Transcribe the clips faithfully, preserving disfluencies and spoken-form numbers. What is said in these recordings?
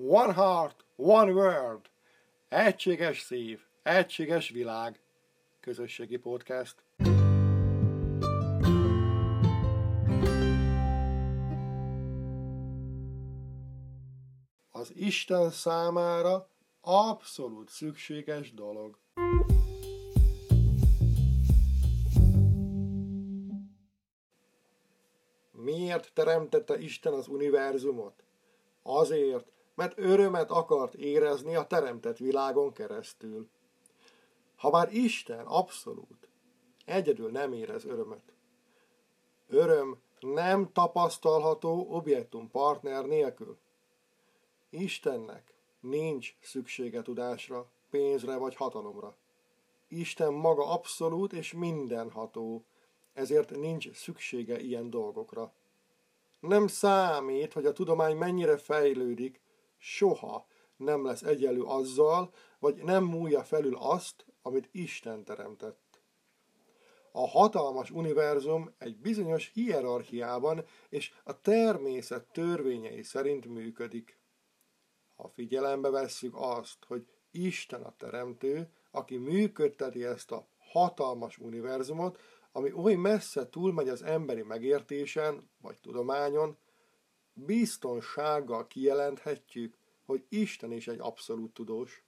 One Heart, One World. Egységes szív, egységes világ. Közösségi podcast. Az Isten számára abszolút szükséges dolog. Miért teremtette Isten az univerzumot? Azért, mert örömet akart érezni a teremtett világon keresztül. Habár Isten abszolút, egyedül nem érez örömet. Öröm nem tapasztalható objektum partner nélkül. Istennek nincs szüksége tudásra, pénzre vagy hatalomra. Isten maga abszolút és mindenható, ezért nincs szüksége ilyen dolgokra. Nem számít, hogy a tudomány mennyire fejlődik, soha nem lesz egyenlő azzal, vagy nem múlja felül azt, amit Isten teremtett. A hatalmas univerzum egy bizonyos hierarchiában és a természet törvényei szerint működik. Ha figyelembe vesszük azt, hogy Isten a teremtő, aki működteti ezt a hatalmas univerzumot, ami oly messze túlmegy az emberi megértésen vagy tudományon, biztonsággal kijelenthetjük, hogy Isten is egy abszolút tudós.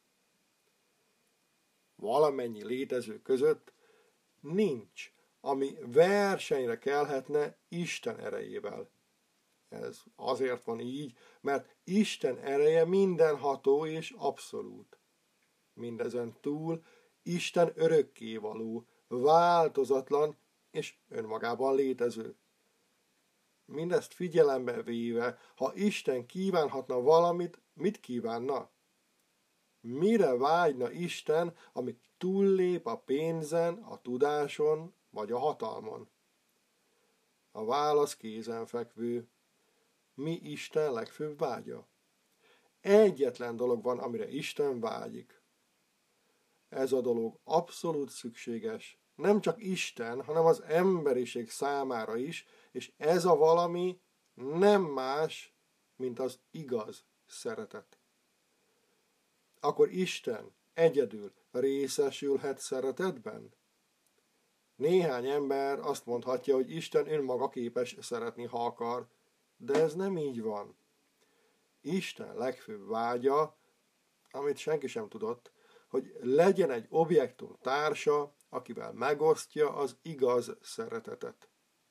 Valamennyi létező között nincs, ami versenyre kelhetne Isten erejével. Ez azért van így, mert Isten ereje mindenható és abszolút. Mindezen túl Isten örökkévaló, változatlan és önmagában létező. Mindezt figyelembe véve, ha Isten kívánhatna valamit, mit kívánna? Mire vágyna Isten, ami túllép a pénzen, a tudáson vagy a hatalmon? A válasz kézenfekvő. Mi Isten legfőbb vágya? Egyetlen dolog van, amire Isten vágyik. Ez a dolog abszolút szükséges, nem csak Isten, hanem az emberiség számára is, és ez a valami nem más, mint az igaz szeretet. Akkor Isten egyedül részesülhet szeretetben? Néhány ember azt mondhatja, hogy Isten önmaga képes szeretni, ha akar, de ez nem így van. Isten legfőbb vágya, amit senki sem tudott, hogy legyen egy objektum társa, akivel megosztja az igaz szeretetet.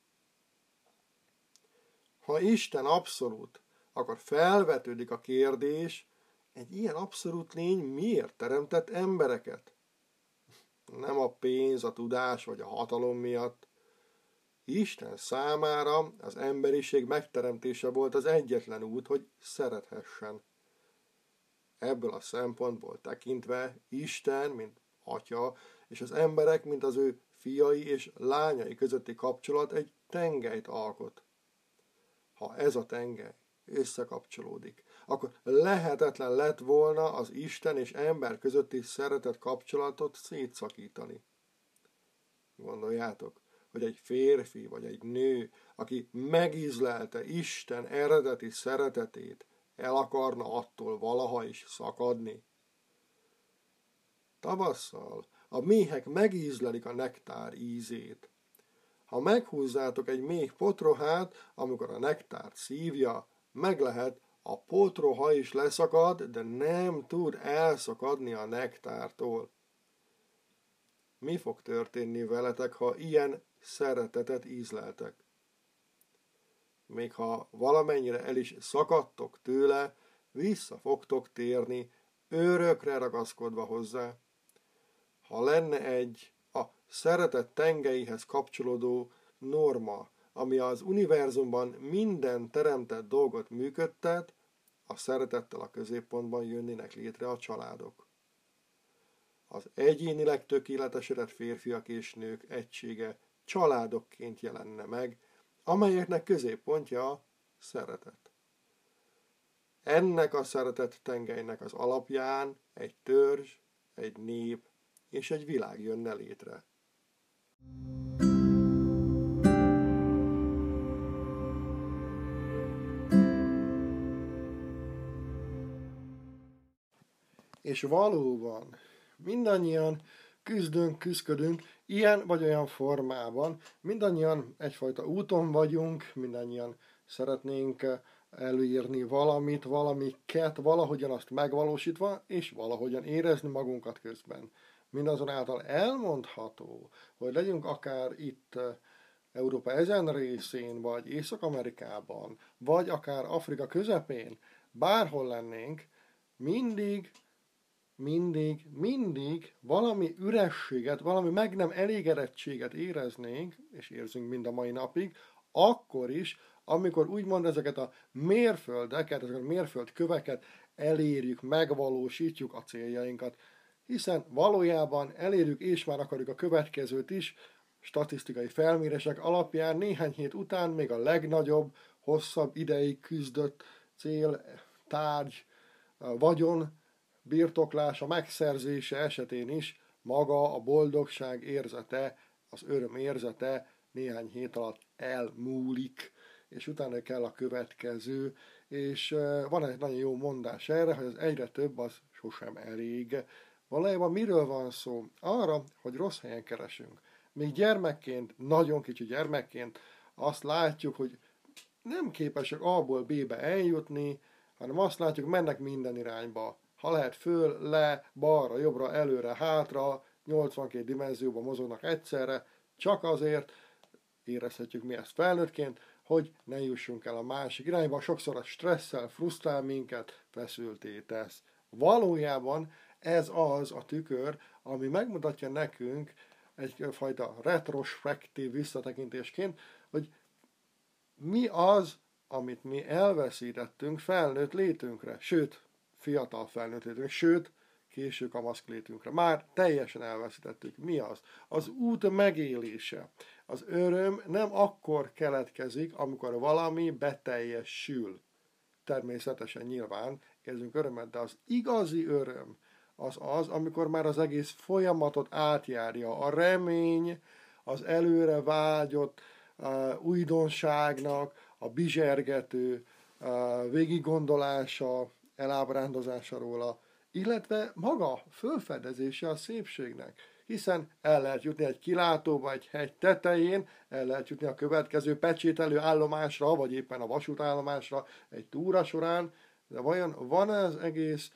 Ha Isten abszolút, akkor felvetődik a kérdés, egy ilyen abszolút lény miért teremtett embereket? Nem a pénz, a tudás vagy a hatalom miatt. Isten számára az emberiség megteremtése volt az egyetlen út, hogy szerethessen. Ebből a szempontból tekintve Isten, mint Atya, és az emberek, mint az ő fiai és lányai közötti kapcsolat egy tengelyt alkot. Ha ez a tengely összekapcsolódik, akkor lehetetlen lett volna az Isten és ember közötti szeretet kapcsolatot szétszakítani. Gondoljátok, hogy egy férfi vagy egy nő, aki megízlelte Isten eredeti szeretetét, el akarna attól valaha is szakadni? Tavasszal a méhek megízlelik a nektár ízét. Ha meghúzzátok egy méh potrohát, amikor a nektárt szívja, meg lehet, a potroha is leszakad, de nem tud elszakadni a nektártól. Mi fog történni veletek, ha ilyen szeretetet ízleltek? Még ha valamennyire el is szakadtok tőle, vissza fogtok térni, örökre ragaszkodva hozzá. Ha lenne egy a szeretet tengelyéhez kapcsolódó norma, ami az univerzumban minden teremtett dolgot működtet, a szeretettel a középpontban jönnének létre a családok. Az egyénileg tökéletesedett férfiak és nők egysége családokként jelenne meg, amelyeknek középpontja a szeretet. Ennek a szeretet tengelynek az alapján egy törzs, egy nép és egy világ jönne létre. És valóban mindannyian küzdünk, küzdködünk, ilyen vagy olyan formában, mindannyian egyfajta úton vagyunk, mindannyian szeretnénk előírni valamit, valamiket, valahogyan azt megvalósítva, és valahogyan érezni magunkat közben. Mindazonáltal elmondható, hogy legyünk akár itt Európa ezen részén, vagy Észak-Amerikában, vagy akár Afrika közepén, bárhol lennénk, mindig, mindig, mindig valami ürességet, valami meg nem elégedettséget éreznénk, és érzünk mind a mai napig, akkor is, amikor úgymond ezeket a mérföldeket, ezeket a mérföldköveket elérjük, megvalósítjuk a céljainkat, hiszen valójában elérjük és már akarjuk a következőt is, statisztikai felmérések alapján néhány hét után még a legnagyobb, hosszabb ideig küzdött cél, tárgy, vagyon, birtoklása, megszerzése esetén is maga a boldogság érzete, az öröm érzete néhány hét alatt elmúlik, és utána kell a következő, és van egy nagyon jó mondás erre, hogy az egyre több az sosem elég. Valójában miről van szó? Arra, hogy rossz helyen keresünk. Még gyermekként, nagyon kicsi gyermekként azt látjuk, hogy nem képesek A-ból B-be eljutni, hanem azt látjuk, mennek minden irányba. Ha lehet föl, le, balra, jobbra, előre, hátra, nyolcvankét dimenzióban mozognak egyszerre, csak azért érezhetjük mi ezt felnőttként, hogy ne jussunk el a másik irányba. Sokszor a stresszel frusztrál minket, feszülté tesz. Valójában ez az a tükör, ami megmutatja nekünk egyfajta retrospektív visszatekintésként, hogy mi az, amit mi elveszítettünk felnőtt létünkre, sőt, fiatal felnőtt létünkre, sőt, késő kamaszk létünkre. Már teljesen elveszítettük. Mi az? Az út megélése. Az öröm nem akkor keletkezik, amikor valami beteljesül. Természetesen nyilván érzünk örömet, de az igazi öröm az az, amikor már az egész folyamatot átjárja. A remény, az előre vágyott uh, újdonságnak, a bizsergető uh, végiggondolása, elábrándozása róla, illetve maga fölfedezése a szépségnek. Hiszen el lehet jutni egy kilátóba, egy hegy tetején, el lehet jutni a következő pecsételő állomásra, vagy éppen a vasútállomásra egy túra során, de vajon van az egész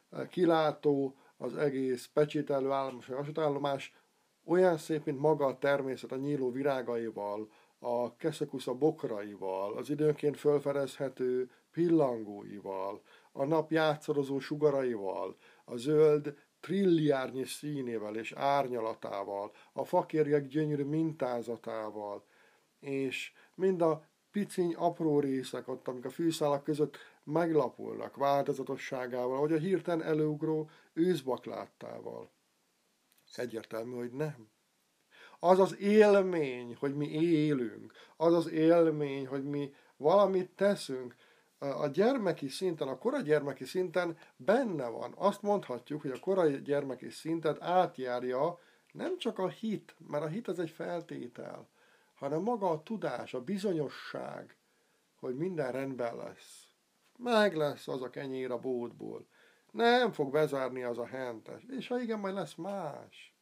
kilátó, az egész pecsételő állomás, vagy vasútállomás olyan szép, mint maga a természet a nyíló virágaival, a keszekusza bokraival, az időnként fölfedezhető pillangóival, a nap játszorozó sugaraival, a zöld trilliárnyi színével és árnyalatával, a fakérjek gyönyörű mintázatával, és mind a piciny apró részek ott, amik a fűszálak között meglapulnak változatosságával, vagy a hirtelen előugró őszbakláttával. Egyértelmű, hogy nem. Az az élmény, hogy mi élünk, az az élmény, hogy mi valamit teszünk, a gyermeki szinten, a korai gyermeki szinten benne van. Azt mondhatjuk, hogy a korai gyermeki szintet átjárja nem csak a hit, mert a hit az egy feltétel, hanem maga a tudás, a bizonyosság, hogy minden rendben lesz. Meg lesz az a kenyér a bódból. Nem fog bezárni az a hentes. És ha igen, majd lesz más.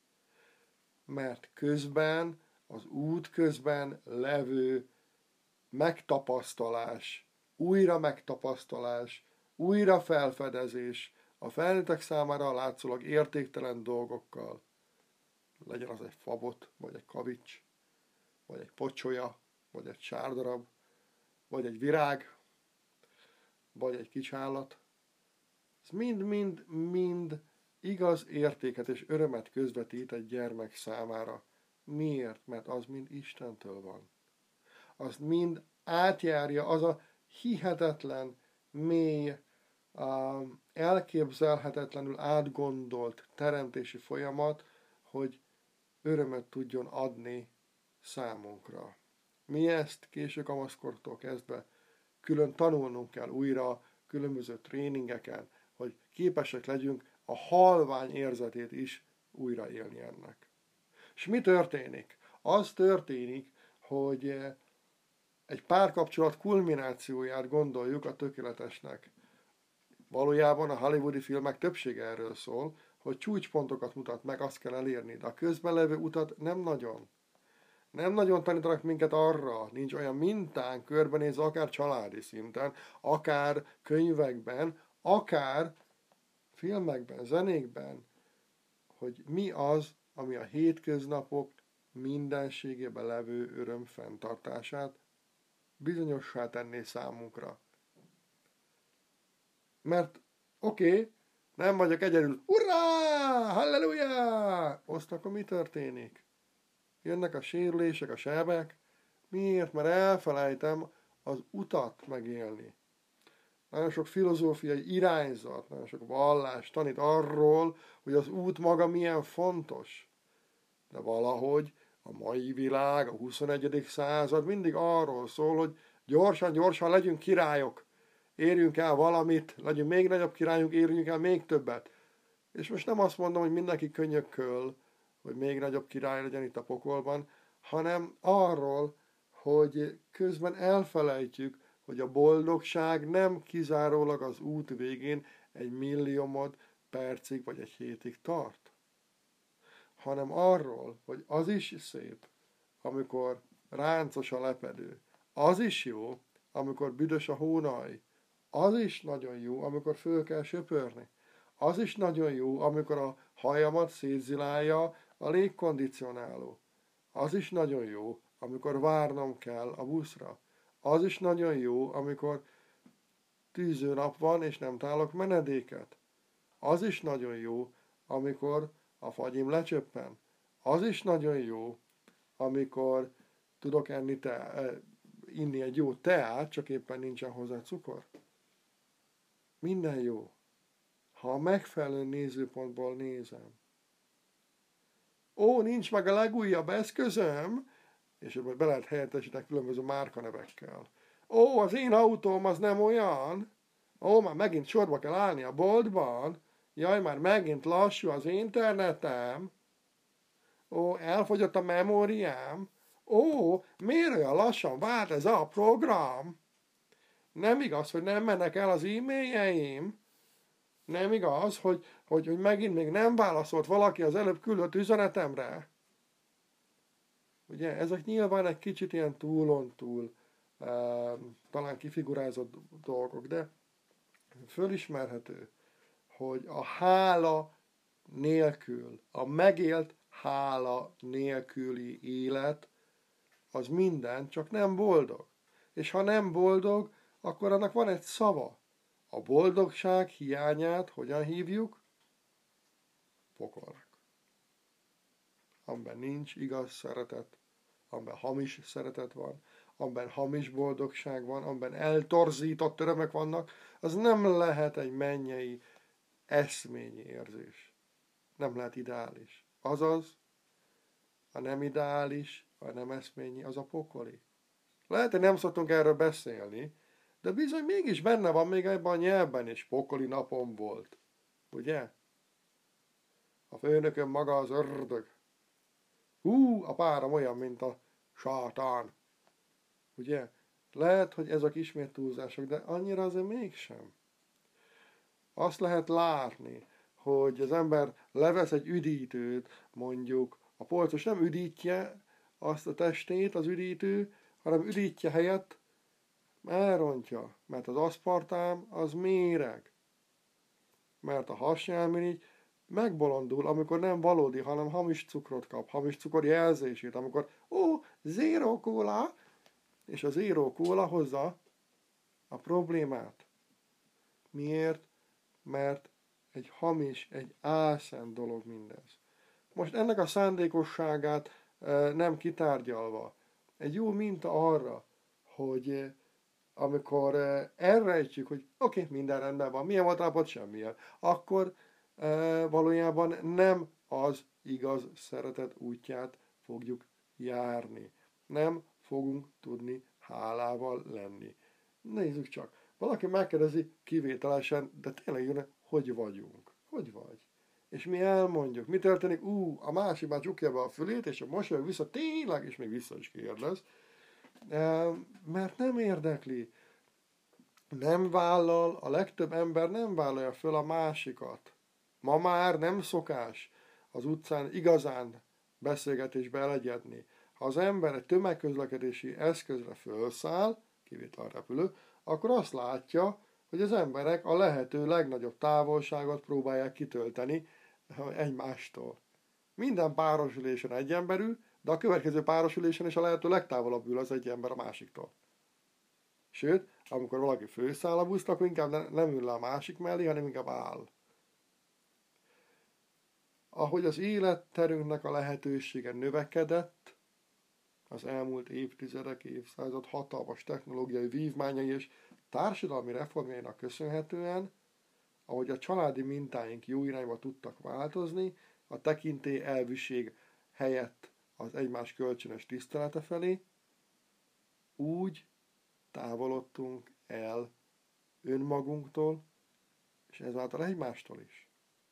Mert közben, az út közben levő megtapasztalás, újra megtapasztalás, újra felfedezés a felnőttek számára látszólag értéktelen dolgokkal. Legyen az egy fabot, vagy egy kavics, vagy egy pocsolya, vagy egy sárdarab, vagy egy virág, vagy egy kis állat. Ez mind-mind-mind igaz értéket és örömet közvetít egy gyermek számára. Miért? Mert az mind Istentől van. Az mind átjárja az a hihetetlen, mély, elképzelhetetlenül átgondolt teremtési folyamat, hogy örömet tudjon adni számunkra. Mi ezt késő kamaszkortól kezdve külön tanulnunk kell újra, különböző tréningeken, hogy képesek legyünk a halvány érzetét is újra élni ennek. És mi történik? Az történik, hogy egy párkapcsolat kulminációját gondoljuk a tökéletesnek. Valójában a hollywoodi filmek többsége erről szól, hogy csúcspontokat mutat meg, azt kell elérni, de a közben levő utat nem nagyon. Nem nagyon tanítanak minket arra, nincs olyan mintán körbenézve, akár családi szinten, akár könyvekben, akár filmekben, zenékben, hogy mi az, ami a hétköznapok mindenségében levő öröm fenntartását bizonyossá tenné számunkra. Mert oké, okay, nem vagyok egyedül, urrá, halleluja! Azt akkor mi történik? Jönnek a sérülések, a sebek. Miért? Mert elfelejtem az utat megélni. Nagyon sok filozófiai irányzat, nagyon sok vallás tanít arról, hogy az út maga milyen fontos. De valahogy a mai világ, a huszonegyedik század mindig arról szól, hogy gyorsan-gyorsan legyünk királyok. Érjünk el valamit, legyünk még nagyobb királyunk, érjünk el még többet. És most nem azt mondom, hogy mindenki könyököl, hogy még nagyobb király legyen itt a pokolban, hanem arról, hogy közben elfelejtjük, hogy a boldogság nem kizárólag az út végén egy milliómod percig vagy egy hétig tart, hanem arról, hogy az is szép, amikor ráncos a lepedő, az is jó, amikor büdös a hónaj, az is nagyon jó, amikor föl kell söpörni, az is nagyon jó, amikor a hajamat szétzilálja a légkondicionáló, az is nagyon jó, amikor várnom kell a buszra, az is nagyon jó, amikor tűző nap van, és nem találok menedéket. Az is nagyon jó, amikor a fagyim lecsöppen. Az is nagyon jó, amikor tudok enni te, inni egy jó teát, csak éppen nincsen hozzá cukor. Minden jó, ha a megfelelő nézőpontból nézem. Ó, nincs meg a legújabb eszközöm, és ebből be lehet helyettesíteni különböző márkanevekkel. Ó, az én autóm az nem olyan. Ó, már megint sorba kell állni a boltban. Jaj, már megint lassú az internetem. Ó, elfogyott a memóriám. Ó, miért olyan lassan vált ez a program? Nem igaz, hogy nem mennek el az e-mailjeim. Nem igaz, hogy, hogy, hogy megint még nem válaszolt valaki az előbb küldött üzenetemre. Ugye, ezek nyilván egy kicsit ilyen túlon-túl uh, talán kifigurázott dolgok, de fölismerhető, hogy a hála nélkül, a megélt hála nélküli élet az minden, csak nem boldog. És ha nem boldog, akkor annak van egy szava. A boldogság hiányát hogyan hívjuk? Pokolnak. Amiben nincs igaz szeretet, amiben hamis szeretet van, amiben hamis boldogság van, amiben eltorzított örömök vannak, az nem lehet egy mennyei eszményi érzés. Nem lehet ideális. Azaz, a nem ideális, a nem eszményi, az a pokoli. Lehet, hogy nem szoktunk erről beszélni, de bizony mégis benne van még ebben a nyelvben, és pokoli napom volt. Ugye? A főnököm maga az ördög. Hú, a párom olyan, mint a sátán. Ugye? Lehet, hogy ezek ismét túlzások, de annyira azért mégsem. Azt lehet látni, hogy az ember levesz egy üdítőt, mondjuk a polcos nem üdítje azt a testét, az üdítő, hanem üdítje helyett elrontja, mert az aszpartám az méreg. Mert a hasnyálmirigy megbolondul, amikor nem valódi, hanem hamis cukrot kap, hamis cukor jelzését, amikor ó, zero kóla, és a zero kóla hozza a problémát. Miért? Mert egy hamis, egy álszent dolog mindez. Most ennek a szándékosságát e, nem kitárgyalva, egy jó minta arra, hogy e, amikor e, elrejtjük, hogy oké, okay, minden rendben van, milyen volt állapot, semmilyen, akkor e, valójában nem az igaz szeretet útját fogjuk járni. Nem fogunk tudni hálával lenni. Nézzük csak. Valaki megkérdezi kivételesen, de tényleg jön, hogy vagyunk? Hogy vagy? És mi elmondjuk. Mi történik? Ú, a másik már csukja be a fülét, és a mosolyog vissza, tényleg, és még vissza is kérdez. Mert nem érdekli. nem vállal, a legtöbb ember nem vállalja föl a másikat. Ma már nem szokás az utcán igazán beszélgetésbe elegyedni. Ha az ember egy tömegközlekedési eszközre felszáll, kivétel a repülő, akkor azt látja, hogy az emberek a lehető legnagyobb távolságot próbálják kitölteni egymástól. Minden párosülésen egy ember ül, de a következő párosülésen is a lehető legtávolabb ül az egy ember a másiktól. Sőt, amikor valaki főszáll a buszra, akkor inkább nem ül le a másik mellé, hanem inkább áll. Ahogy az életterünknek a lehetősége növekedett, az elmúlt évtizedek, évszázad hatalmas technológiai vívmányai és társadalmi reformjainak köszönhetően, ahogy a családi mintáink jó irányba tudtak változni, a tekintély elvűség helyett az egymás kölcsönös tisztelete felé, úgy távolodtunk el önmagunktól, és ezáltal egymástól is.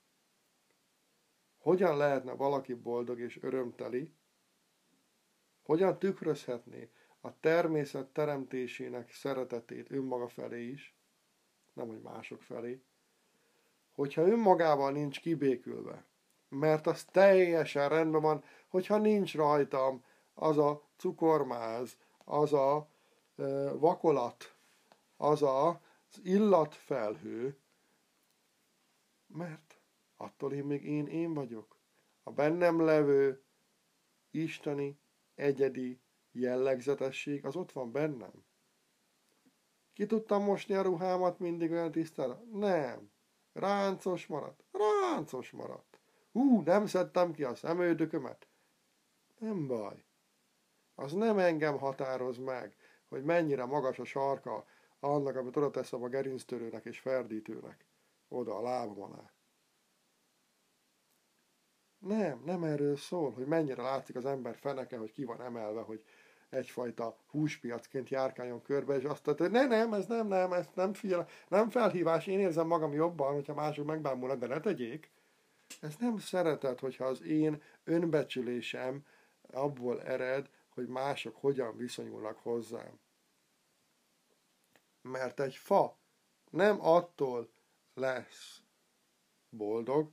Hogyan lehetne valaki boldog és örömteli? Hogyan tükrözhetné a természet teremtésének szeretetét önmaga felé is, nem hogy mások felé, hogyha önmagával nincs kibékülve, mert az teljesen rendben van, hogyha nincs rajtam az a cukormáz, az a e, vakolat, az a, az illatfelhő, mert attól én még én én vagyok. A bennem levő isteni, egyedi jellegzetesség, az ott van bennem. Ki tudtam mosni a ruhámat mindig olyan tisztára? Nem. Ráncos maradt? Ráncos maradt. Hú, nem szedtem ki a szemöldökömet? Nem baj. Az nem engem határoz meg, hogy mennyire magas a sarka annak, amit oda teszem a gerinctörőnek és ferdítőnek. Oda a lábam alá. Nem, nem erről szól, hogy mennyire látszik az ember feneke, hogy ki van emelve, hogy egyfajta húspiacként járkáljon körbe, és azt mondta, hogy ne, nem, ez nem, nem, ez nem figyel, nem felhívás, én érzem magam jobban, hogyha mások megbámulnak, de ne tegyék. Ez nem szeretet, hogyha az én önbecsülésem abból ered, hogy mások hogyan viszonyulnak hozzám. Mert egy fa nem attól lesz boldog,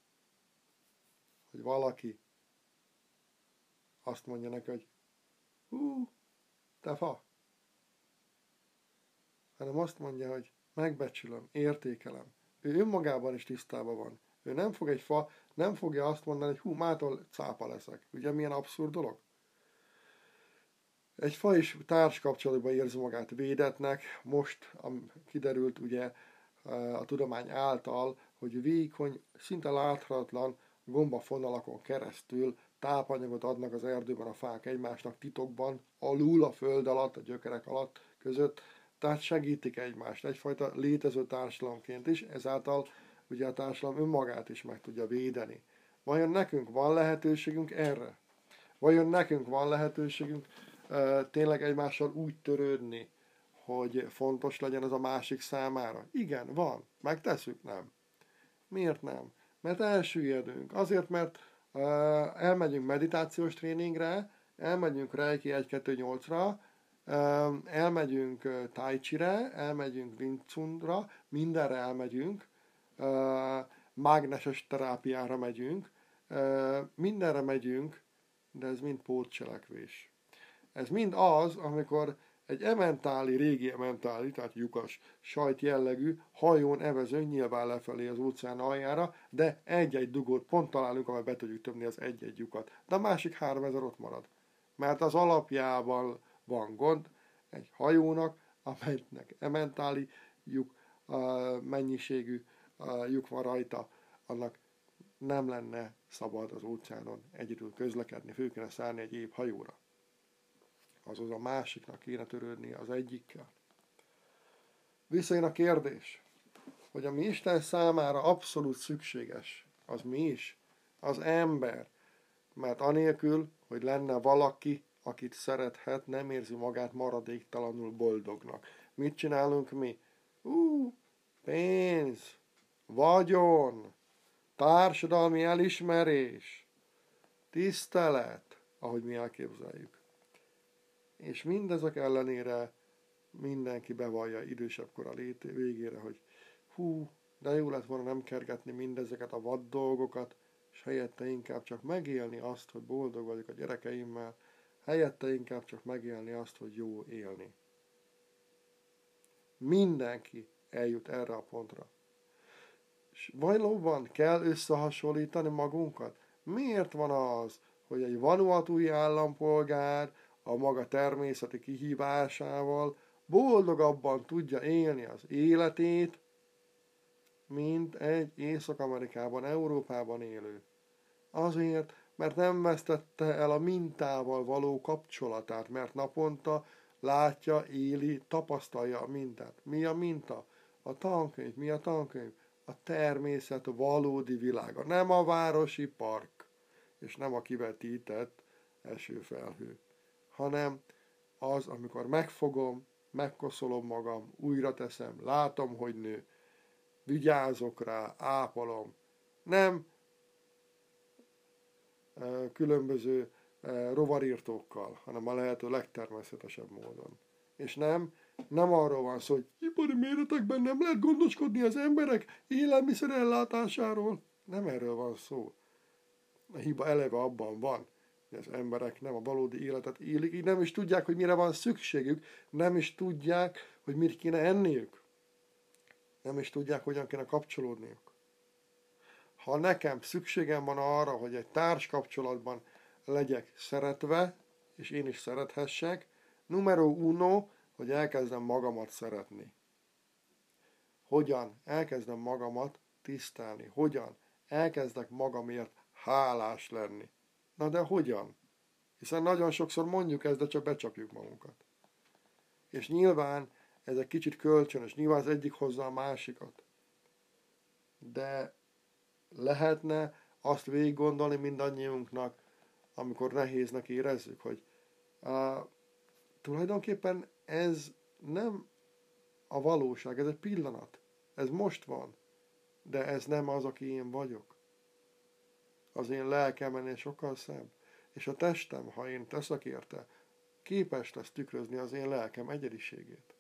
hogy valaki azt mondja neki, hogy hú, te fa. Hanem azt mondja, hogy megbecsülöm, értékelem. Ő önmagában is tisztában van. Ő nem fog egy fa, nem fogja azt mondani, hogy hú, mától cápa leszek. Ugye milyen abszurd dolog? Egy fa is társkapcsolatban érzi magát védetnek. Most kiderült ugye a tudomány által, hogy vékony, szinte láthatatlan gombafonalakon keresztül tápanyagot adnak az erdőben a fák egymásnak titokban, alul, a föld alatt, a gyökerek alatt között, tehát segítik egymást, egyfajta létező társadalomként is, ezáltal ugye a társadalom önmagát is meg tudja védeni. Vajon nekünk van lehetőségünk erre? Vajon nekünk van lehetőségünk uh, tényleg egymással úgy törődni, hogy fontos legyen az a másik számára? Igen, van. Megtesszük? Nem. Miért nem? Mert elsüllyedünk. Azért, mert uh, elmegyünk meditációs tréningre, elmegyünk Reiki egy kettő nyolcra, uh, elmegyünk uh, Tai Chi-re, elmegyünk Wing Chun-ra, mindenre elmegyünk, uh, mágneses terápiára megyünk, uh, mindenre megyünk, de ez mind pótcselekvés. Ez mind az, amikor egy ementáli, régi ementáli, tehát lyukas, sajt jellegű hajón evező nyilván lefelé az óceán aljára, de egy-egy dugót pont találunk, amely be tudjuk tömni az egy-egy lyukat. De a másik háromezer ott marad. Mert az alapjában van gond egy hajónak, amelynek ementáli lyuk, mennyiségű lyuk van rajta, annak nem lenne szabad az óceánon egyedül közlekedni, fő kéne szállni egy év hajóra. Azaz a másiknak kéne törődni az egyikkel. Visszajön a kérdés, hogy ami Isten számára abszolút szükséges, az mi is? Az ember. Mert anélkül, hogy lenne valaki, akit szerethet, nem érzi magát maradéktalanul boldognak. Mit csinálunk mi? Ú, pénz, vagyon, társadalmi elismerés, tisztelet, ahogy mi elképzeljük. És mindezek ellenére mindenki bevallja idősebb kora lét végére, hogy hú, de jó lett volna nem kergetni mindezeket a vad dolgokat, és helyette inkább csak megélni azt, hogy boldog vagyok a gyerekeimmel, helyette inkább csak megélni azt, hogy jó élni. Mindenki eljut erre a pontra. És valóban kell összehasonlítani magunkat? Miért van az, hogy egy vanuatui állampolgár a maga természeti kihívásával boldogabban tudja élni az életét, mint egy Észak-Amerikában, Európában élő? Azért, mert nem vesztette el a mintával való kapcsolatát, mert naponta látja, éli, tapasztalja a mintát. Mi a minta? A tankönyv. Mi a tankönyv? A természet valódi világa. Nem a városi park, és nem a kivetített esőfelhő, hanem az, amikor megfogom, megkoszolom magam, újra teszem, látom, hogy nő, vigyázok rá, ápolom. Nem különböző rovarírtókkal, hanem a lehető legtermészetesebb módon. És nem, nem arról van szó, hogy ipari méretekben nem lehet gondoskodni az emberek élelmiszer ellátásáról. Nem erről van szó. A hiba eleve abban van, hogy az emberek nem a valódi életet élik, így nem is tudják, hogy mire van szükségük, nem is tudják, hogy mit kéne enniük. Nem is tudják, hogyan kéne kapcsolódniuk. Ha nekem szükségem van arra, hogy egy társkapcsolatban legyek szeretve, és én is szerethessek, numero uno, hogy elkezdem magamat szeretni. Hogyan? Elkezdem magamat tisztelni. Hogyan? Elkezdek magamért hálás lenni. Na de hogyan? Hiszen nagyon sokszor mondjuk ezt, de csak becsapjuk magunkat. És nyilván ez egy kicsit kölcsönös, nyilván az egyik hozza a másikat. De lehetne azt végig gondolni mindannyiunknak, amikor nehéznek érezzük, hogy uh, tulajdonképpen ez nem a valóság, ez egy pillanat. Ez most van, de ez nem az, aki én vagyok. Az én lelkem ennél sokkal szebb. És a testem, ha én teszek érte, képes lesz tükrözni az én lelkem egyediségét.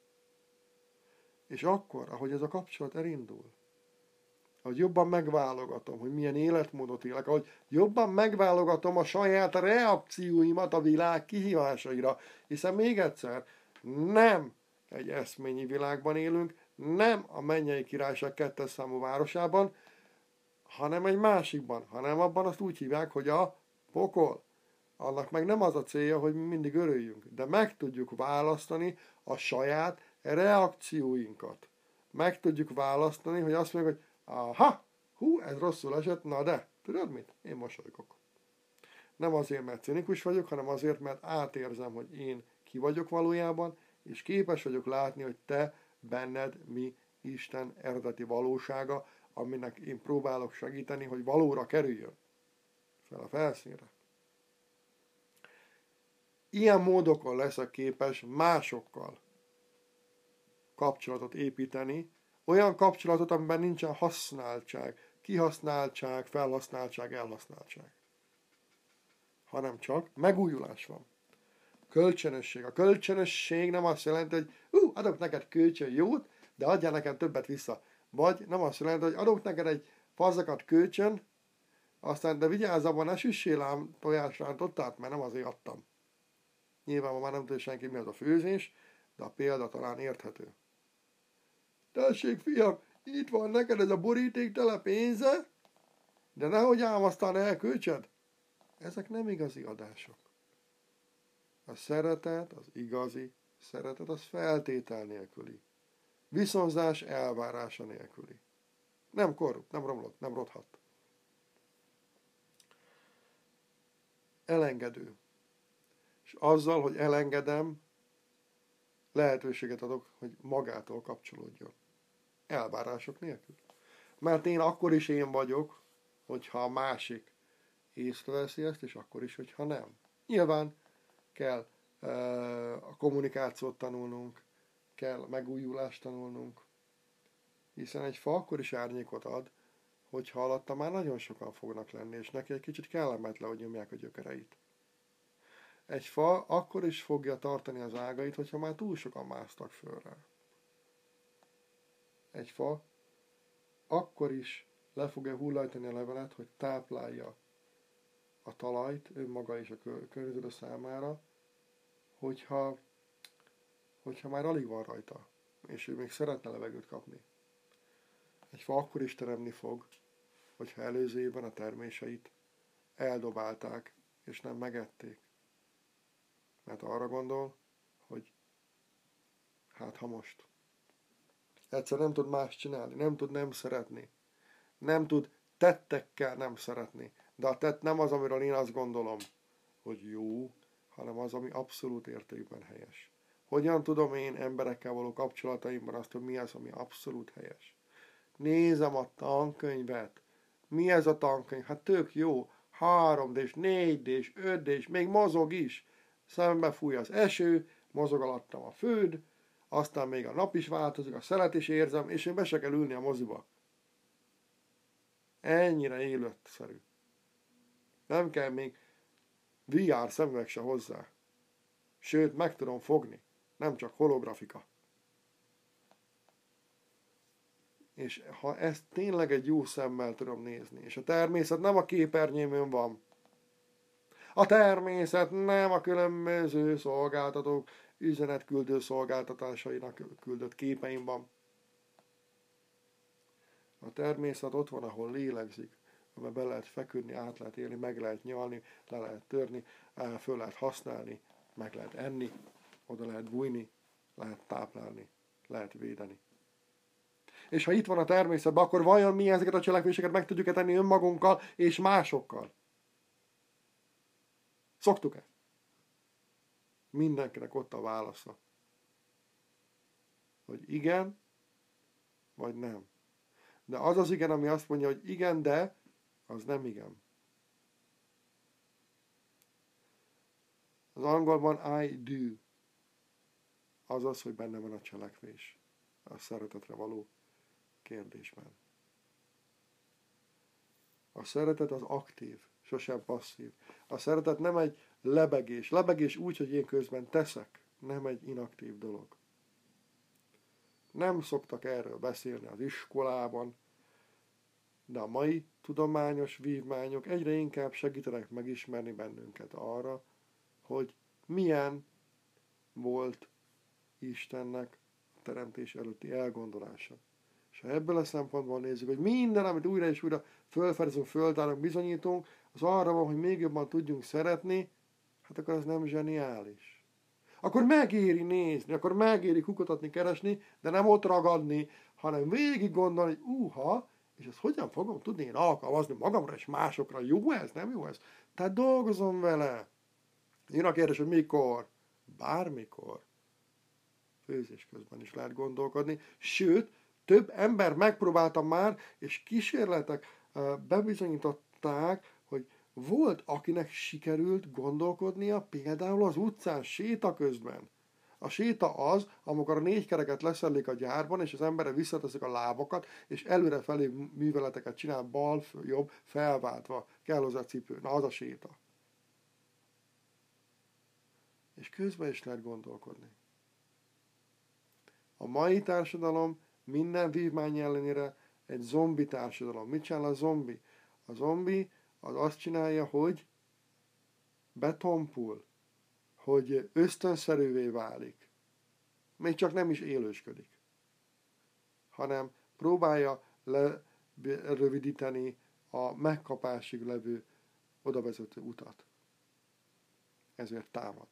És akkor, ahogy ez a kapcsolat elindul, ahogy jobban megválogatom, hogy milyen életmódot élek, ahogy jobban megválogatom a saját reakcióimat a világ kihívásaira, hiszen még egyszer, nem egy eszményi világban élünk, nem a mennyei királyság kettes számú városában, hanem egy másikban, hanem abban azt úgy hívják, hogy a pokol. Annak meg nem az a célja, hogy mi mindig örüljünk, de meg tudjuk választani a saját reakcióinkat. Meg tudjuk választani, hogy azt mondjuk, hogy aha, hú, ez rosszul esett, na de, tudod mit? Én mosolygok. Nem azért, mert cinikus vagyok, hanem azért, mert átérzem, hogy én ki vagyok valójában, és képes vagyok látni, hogy te, benned mi Isten eredeti valósága, aminek én próbálok segíteni, hogy valóra kerüljön fel a felszínre. Ilyen módokon leszek képes másokkal kapcsolatot építeni, olyan kapcsolatot, amiben nincsen használtság, kihasználtság, felhasználtság, elhasználtság. Hanem csak megújulás van. Kölcsönösség. A kölcsönösség nem azt jelenti, hogy ú, adok neked kölcsön jót, de adjál nekem többet vissza. Vagy nem azt jelenti, hogy adok neked egy fazakat kölcsön, aztán de vigyázz, abban ne süssél ám tojásrántottát, mert nem azért adtam. Nyilván már nem tudja senki, mi az a főzés, de a példa talán érthető. Tessék, fiam, itt van neked ez a boríték tele pénze, de nehogy ám aztán elköltsed. Ezek nem igazi adások. A szeretet, az igazi szeretet, az feltétel nélküli. Viszonzás elvárása nélküli. Nem korrupt, nem romlott, nem rothat. Elengedő. És azzal, hogy elengedem, lehetőséget adok, hogy magától kapcsolódjon. Elvárások nélkül. Mert én akkor is én vagyok, hogyha a másik észreveszi ezt, és akkor is, hogyha nem. Nyilván kell uh, a kommunikációt tanulnunk, kell megújulást tanulnunk, hiszen egy fa akkor is árnyékot ad, hogyha alatta már nagyon sokan fognak lenni, és neki egy kicsit kellemetlen, hogy nyomják a gyökereit. Egy fa akkor is fogja tartani az ágait, hogyha már túl sokan másztak föl rá. Egy fa akkor is le fogja hullajtani a levelet, hogy táplálja a talajt önmaga és a környezető számára, hogyha, hogyha már alig van rajta, és ő még szeretne levegőt kapni. Egy fa akkor is teremni fog, hogyha előző évben a terméseit eldobálták, és nem megették. Mert arra gondol, hogy hát ha most. Egyszer nem tud más csinálni, nem tud nem szeretni. Nem tud tettekkel nem szeretni. De a tett nem az, amiről én azt gondolom, hogy jó, hanem az, ami abszolút értékben helyes. Hogyan tudom én emberekkel való kapcsolataimban azt, hogy mi az, ami abszolút helyes? Nézem a tankönyvet. Mi ez a tankönyv? Hát tök jó. három dés, négy dés, öt dés, még mozog is. Szembe fúj az eső, mozog alattam a föld, aztán még a nap is változik, a szelet is érzem, és én be se kell ülni a moziba. Ennyire életszerű. Nem kell még vé er szemüveg se hozzá. Sőt, meg tudom fogni. Nem csak holografika. És ha ezt tényleg egy jó szemmel tudom nézni, és a természet nem a képernyőmön van, a természet nem a különböző szolgáltatók üzenetküldő szolgáltatásainak küldött képeim van. A természet ott van, ahol lélegzik, amiben be lehet feküdni, át lehet élni, meg lehet nyalni, le lehet törni, föl lehet használni, meg lehet enni, oda lehet bújni, lehet táplálni, lehet védeni. És ha itt van a természetben, akkor vajon mi ezeket a cselekvéseket meg tudjuk-e tenni önmagunkkal és másokkal? Szoktuk-e? Mindenkinek ott a válasza. Hogy igen, vagy nem. De az az igen, ami azt mondja, hogy igen, de, az nem igen. Az angolban I do. Az az, hogy benne van a cselekvés. A szeretetre való kérdésben. A szeretet az aktív, sosem passzív. A szeretet nem egy lebegés. Lebegés úgy, hogy én közben teszek. Nem egy inaktív dolog. Nem szoktak erről beszélni az iskolában, de a mai tudományos vívmányok egyre inkább segítenek megismerni bennünket arra, hogy milyen volt Istennek a teremtés előtti elgondolása. És ha ebből a szempontból nézzük, hogy minden, amit újra és újra fölfedezünk, föltárunk, bizonyítunk, az arra van, hogy még jobban tudjunk szeretni, hát akkor az nem zseniális. Akkor megéri nézni, akkor megéri kukotatni, keresni, de nem ott ragadni, hanem végig gondolni, hogy úha, és ezt hogyan fogom tudni én alkalmazni magamra és másokra. Jó ez, nem jó ez? Tehát dolgozom vele. Jön a kérdés, hogy mikor? Bármikor. Főzés közben is lehet gondolkodni. Sőt, több ember megpróbáltam már, és kísérletek bebizonyították, hogy volt, akinek sikerült gondolkodnia például az utcán, séta közben. A séta az, amikor a négy kereket leszellik a gyárban, és az emberre visszateszik a lábakat, és előrefelé műveleteket csinál, bal, jobb, felváltva, kell hozzá cipő. Na, az a séta. És közben is lehet gondolkodni. A mai társadalom minden vívmány ellenére egy zombi társadalom. Mit csinál a zombi? A zombi az azt csinálja, hogy betompul, hogy ösztönszerűvé válik. Még csak nem is élősködik, hanem próbálja lerövidíteni a megkapásig levő odavezető utat. Ezért támad.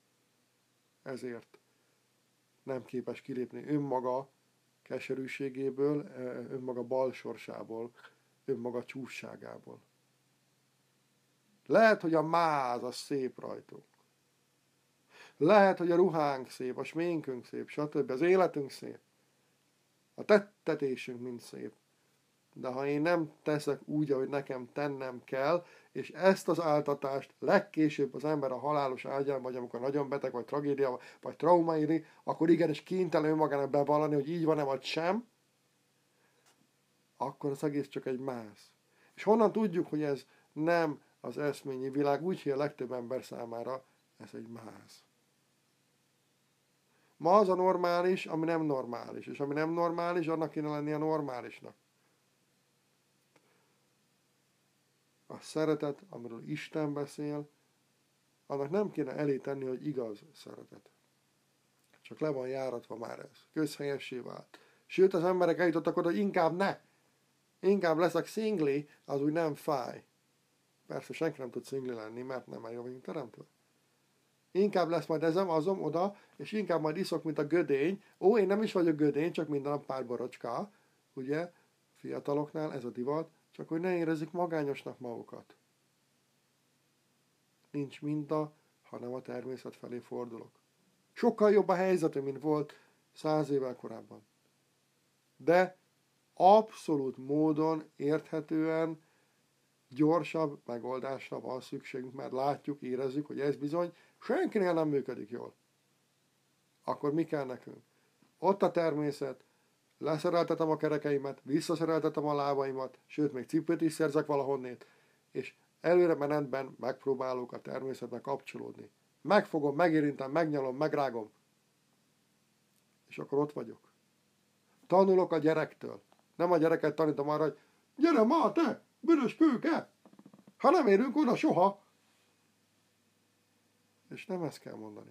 Ezért nem képes kilépni önmaga keserűségéből, önmaga balsorsából, önmaga csúfságából. Lehet, hogy a máz az szép rajtunk. Lehet, hogy a ruhánk szép, a sminkünk szép, stb. Az életünk szép. A tettetésünk mind szép. De ha én nem teszek úgy, ahogy nekem tennem kell, és ezt az áltatást legkésőbb az ember a halálos ágyán, vagy amikor nagyon beteg, vagy tragédia, vagy trauma éri, akkor igenis kénytelen önmagának bevallani, hogy így van-e, vagy sem, akkor az egész csak egy máz. És honnan tudjuk, hogy ez nem az eszményi világ, úgy, hogy a legtöbb ember számára Ez egy máz. Ma az a normális, ami nem normális. És ami nem normális, annak kéne lennie normálisnak. A szeretet, amiről Isten beszél, annak nem kéne elé tenni, hogy igaz szeretet. Csak le van járatva már ez. Közhelyessé vált. Sőt, az emberek eljutottak oda, hogy inkább ne. Inkább leszek szingli, az úgy nem fáj. Persze senki nem tud szingli lenni, mert nem el vagyunk teremtve. Inkább lesz majd ezem, azom, oda, és inkább majd iszok, mint a gödény. Ó, én nem is vagyok gödény, csak minden nap pár borocska. Ugye, fiataloknál ez a divat, csak hogy ne érezzük magányosnak magukat. Nincs minta, hanem a természet felé fordulok. Sokkal jobb a helyzetünk, mint volt száz évvel korábban. De abszolút módon, érthetően, gyorsabb megoldásra van szükségünk, mert látjuk, érezzük, hogy ez bizony senkinél nem működik jól. Akkor mi kell nekünk? Ott a természet, leszereltetem a kerekeimet, visszaszereltetem a lábaimat, sőt, még cipőt is szerzek valahonnét, és előre menetben megpróbálok a természetbe kapcsolódni. Megfogom, megérintem, megnyalom, megrágom. És akkor ott vagyok. Tanulok a gyerektől. Nem a gyereket tanítom arra, hogy gyere ma, te, büdös kőke! Ha nem érünk oda soha. És nem ezt kell mondani.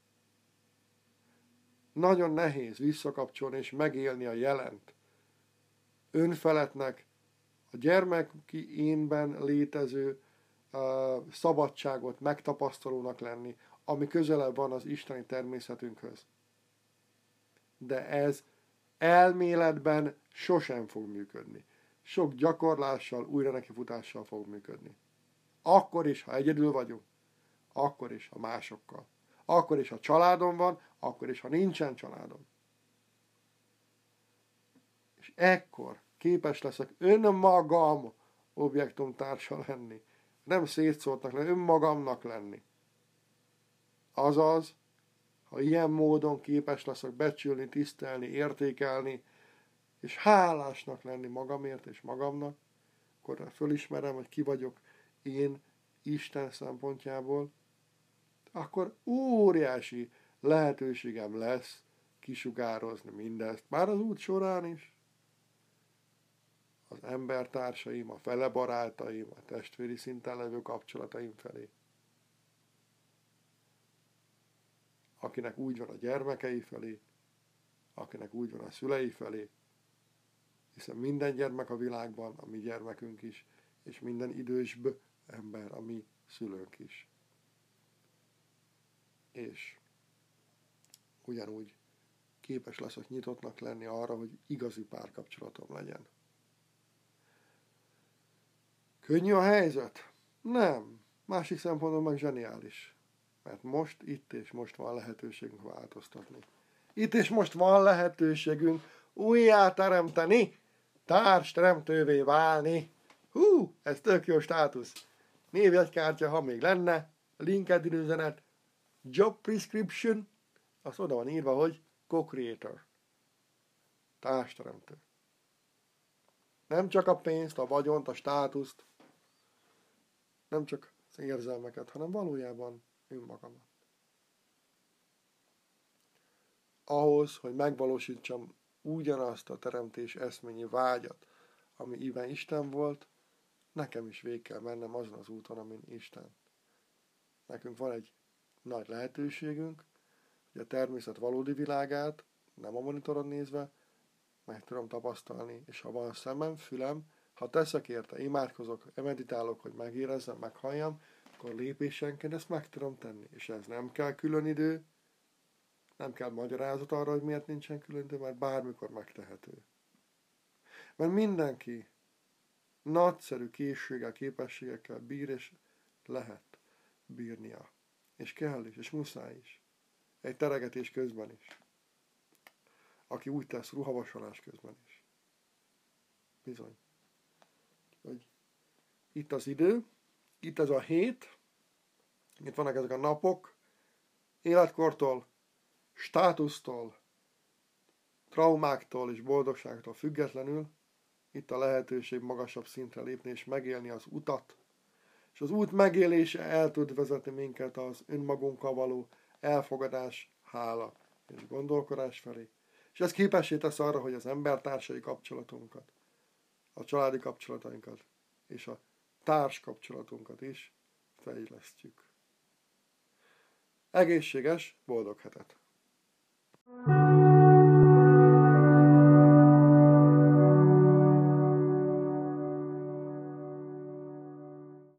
Nagyon nehéz visszakapcsolni és megélni a jelent. Önfeledtnek, a gyermeki énben létező uh, szabadságot megtapasztalónak lenni, ami közelebb van az isteni természetünkhöz. De ez elméletben sosem fog működni. Sok gyakorlással, újra nekifutással fog működni. Akkor is, ha egyedül vagyunk, akkor is, ha másokkal. Akkor is, ha családom van, akkor is, ha nincsen családom. És ekkor képes leszek önmagam objektumtársa lenni. Nem szétszórtnak lenni, önmagamnak lenni. Azaz, ha ilyen módon képes leszek becsülni, tisztelni, értékelni, és hálásnak lenni magamért és magamnak, akkor fölismerem, hogy ki vagyok én Isten szempontjából, akkor óriási lehetőségem lesz kisugározni mindezt, már az út során is. Az embertársaim, a fele barátaim, a testvéri szinten levő kapcsolataim felé. Akinek úgy van a gyermekei felé, akinek úgy van a szülei felé, hiszen minden gyermek a világban, a mi gyermekünk is, és minden idősbb ember, a mi szülőnk is. És ugyanúgy képes leszek nyitottnak lenni arra, hogy igazi párkapcsolatom legyen. Könnyű a helyzet? Nem. Másik szempontból meg zseniális. Mert most, itt és most van lehetőségünk változtatni. Itt és most van lehetőségünk újjá teremteni, társteremtővé válni. Hú, ez tök jó státusz. Névjegykártya, ha még lenne, LinkedIn üzenet, job prescription, az oda van írva, hogy co-creator. Társteremtő. Nem csak a pénzt, a vagyont, a státuszt, nem csak az érzelmeket, hanem valójában önmagamat. Ahhoz, hogy megvalósítsam ugyanazt a teremtés eszményi vágyat, ami íven Isten volt, nekem is végig kell mennem azon az úton, amin Isten. Nekünk van egy nagy lehetőségünk, hogy a természet valódi világát, nem a monitoron nézve, meg tudom tapasztalni, és ha van szemem, fülem, ha teszek érte, imádkozok, meditálok, hogy megérezzem, meghalljam, akkor lépésenként ezt meg tudom tenni. És ez nem kell külön idő, nem kell magyarázat arra, hogy miért nincsen külön idő, mert bármikor megtehető. Mert mindenki nagyszerű készséggel, képességekkel bír, és lehet bírnia. És kell is, és muszáj is. Egy teregetés közben is. Aki úgy tesz, ruhavasalás közben is. Bizony. Hogy itt az idő, itt ez a hét, itt vannak ezek a napok, életkortól, státusztól, traumáktól és boldogságtól függetlenül, itt a lehetőség magasabb szintre lépni és megélni az utat, és És az út megélése el tud vezetni minket az önmagunkkal való elfogadás, hála és gondolkodás felé. És ez képessé tesz arra, hogy az embertársai kapcsolatunkat, a családi kapcsolatainkat és a társ kapcsolatunkat is fejlesztjük. Egészséges, boldog hetet!